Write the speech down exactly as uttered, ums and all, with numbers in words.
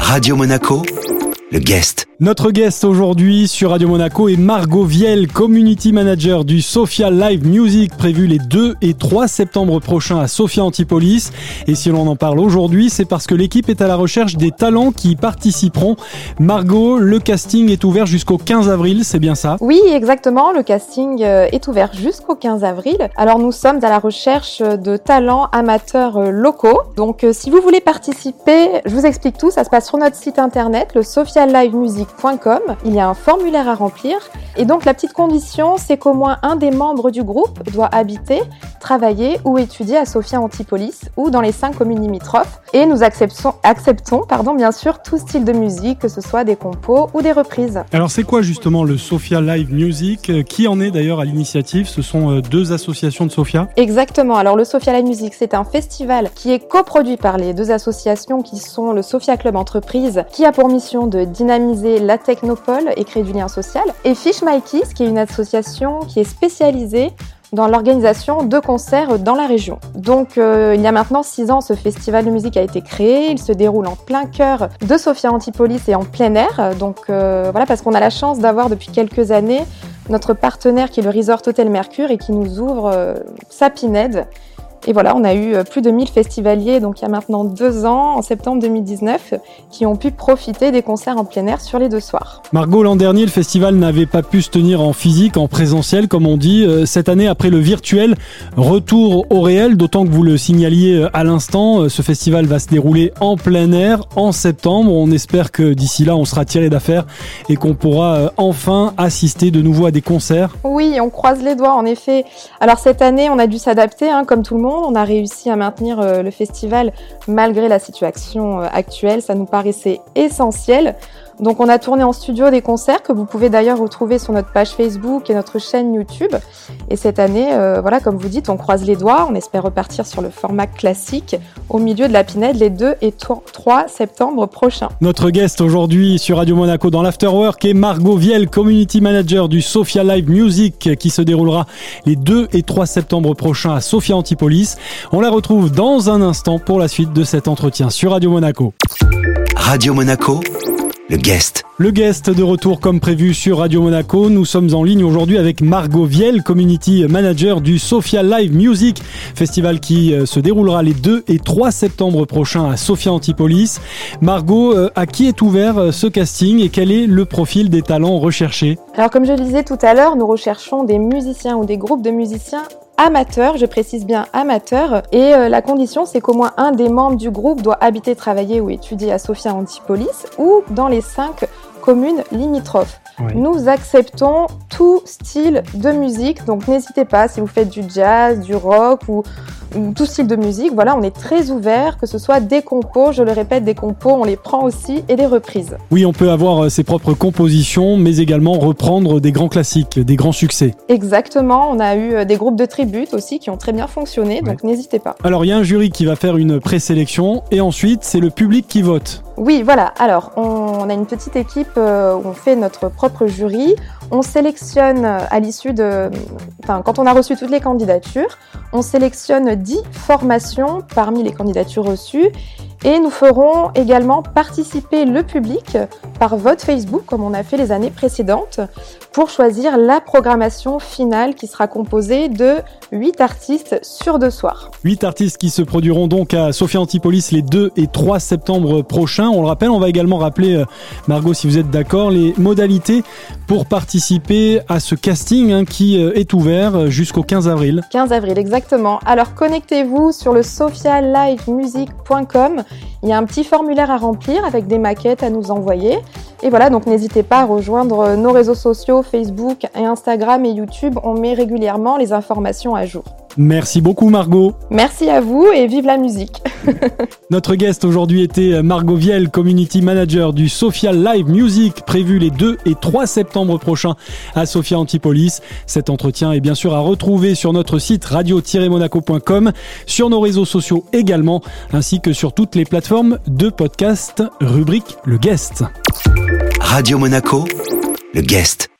Radio Monaco, le guest. Notre guest aujourd'hui sur Radio Monaco est Margot Viel, Community Manager du Sophia Live Music, prévu les deux et trois septembre prochains à Sophia Antipolis. Et si l'on en parle aujourd'hui, c'est parce que l'équipe est à la recherche des talents qui y participeront. Margot, le casting est ouvert jusqu'au quinze avril, c'est bien ça ? Oui, exactement, le casting est ouvert jusqu'au quinze avril. Alors nous sommes à la recherche de talents amateurs locaux. Donc si vous voulez participer, je vous explique tout, ça se passe sur notre site internet, le sophia live music point com. Il y a un formulaire à remplir et donc la petite condition, c'est qu'au moins un des membres du groupe doit habiter, travailler ou étudier à Sophia Antipolis ou dans les cinq communes limitrophes. Et nous acceptons, acceptons pardon, bien sûr tout style de musique, que ce soit des compos ou des reprises. Alors c'est quoi justement le Sophia Live Music ? Qui en est d'ailleurs à l'initiative ? Ce sont deux associations de Sophia ? Exactement, alors le Sophia Live Music, c'est un festival qui est coproduit par les deux associations qui sont le Sophia Club Entreprise, qui a pour mission de dynamiser la technopole et créer du lien social, et Fish My Kiss, qui est une association qui est spécialisée dans l'organisation de concerts dans la région. Donc euh, il y a maintenant six ans, ce festival de musique a été créé. Il se déroule en plein cœur de Sophia Antipolis et en plein air. Donc euh, voilà, parce qu'on a la chance d'avoir depuis quelques années notre partenaire qui est le Resort Hôtel Mercure et qui nous ouvre euh, sa Pinède. Et voilà, on a eu plus de mille festivaliers, donc il y a maintenant deux ans, en septembre deux mille dix-neuf, qui ont pu profiter des concerts en plein air sur les deux soirs. Margot, l'an dernier, le festival n'avait pas pu se tenir en physique, en présentiel, comme on dit. Cette année, après le virtuel, retour au réel, d'autant que vous le signaliez à l'instant, ce festival va se dérouler en plein air, en septembre. On espère que d'ici là, on sera tiré d'affaire et qu'on pourra enfin assister de nouveau à des concerts. Oui, on croise les doigts, en effet. Alors cette année, on a dû s'adapter, hein, comme tout le monde. On a réussi à maintenir euh, le festival malgré la situation euh, actuelle. Ça nous paraissait essentiel. Donc on a tourné en studio des concerts que vous pouvez d'ailleurs retrouver sur notre page Facebook et notre chaîne YouTube. Et cette année, euh, voilà, comme vous dites, on croise les doigts. On espère repartir sur le format classique au milieu de la Pinède les deux et trois septembre prochains. Notre guest aujourd'hui sur Radio Monaco dans l'Afterwork est Margot Viel, Community Manager du Sophia Live Music, qui se déroulera les deux et trois septembre prochains à Sophia Antipolis. On la retrouve dans un instant pour la suite de cet entretien sur Radio Monaco. Radio Monaco, le guest. Le guest de retour comme prévu sur Radio Monaco. Nous sommes en ligne aujourd'hui avec Margot Viel, Community Manager du Sophia Live Music, festival qui se déroulera les deux et trois septembre prochains à Sophia Antipolis. Margot, à qui est ouvert ce casting et quel est le profil des talents recherchés ? Alors comme je le disais tout à l'heure, nous recherchons des musiciens ou des groupes de musiciens amateurs, je précise bien amateurs, et euh, la condition c'est qu'au moins un des membres du groupe doit habiter, travailler ou étudier à Sophia Antipolis ou dans les cinq communes limitrophes. Oui. Nous acceptons tout style de musique, donc n'hésitez pas si vous faites du jazz, du rock ou, ou tout style de musique, voilà, on est très ouvert, que ce soit des compos, je le répète, des compos, on les prend aussi, et des reprises. Oui, on peut avoir ses propres compositions, mais également reprendre des grands classiques, des grands succès. Exactement, on a eu des groupes de tributes aussi qui ont très bien fonctionné, donc oui. N'hésitez pas. Alors il y a un jury qui va faire une présélection, et ensuite c'est le public qui vote. Oui, voilà. Alors, on a une petite équipe euh, où on fait notre propre jury. On sélectionne à l'issue de... Enfin, quand on a reçu toutes les candidatures, on sélectionne dix formations parmi les candidatures reçues et nous ferons également participer le public par vote Facebook, comme on a fait les années précédentes, pour choisir la programmation finale qui sera composée de huit artistes sur deux soirs. huit artistes qui se produiront donc à Sophia Antipolis les deux et trois septembre prochains. On le rappelle, on va également rappeler, Margot, si vous êtes d'accord, les modalités pour participer à ce casting hein, qui est ouvert jusqu'au quinze avril. quinze avril, exactement. Alors connectez-vous sur le sophia live music point com. Il y a un petit formulaire à remplir avec des maquettes à nous envoyer. Et voilà, donc n'hésitez pas à rejoindre nos réseaux sociaux, Facebook et Instagram et YouTube. On met régulièrement les informations à jour. Merci beaucoup Margot. Merci à vous et vive la musique. Notre guest aujourd'hui était Margot Viel, Community Manager du Sophia Live Music, prévu les deux et trois septembre prochains à Sophia Antipolis. Cet entretien est bien sûr à retrouver sur notre site radio tiret monaco point com, sur nos réseaux sociaux également, ainsi que sur toutes les plateformes de podcast, rubrique Le Guest. Radio Monaco, le guest.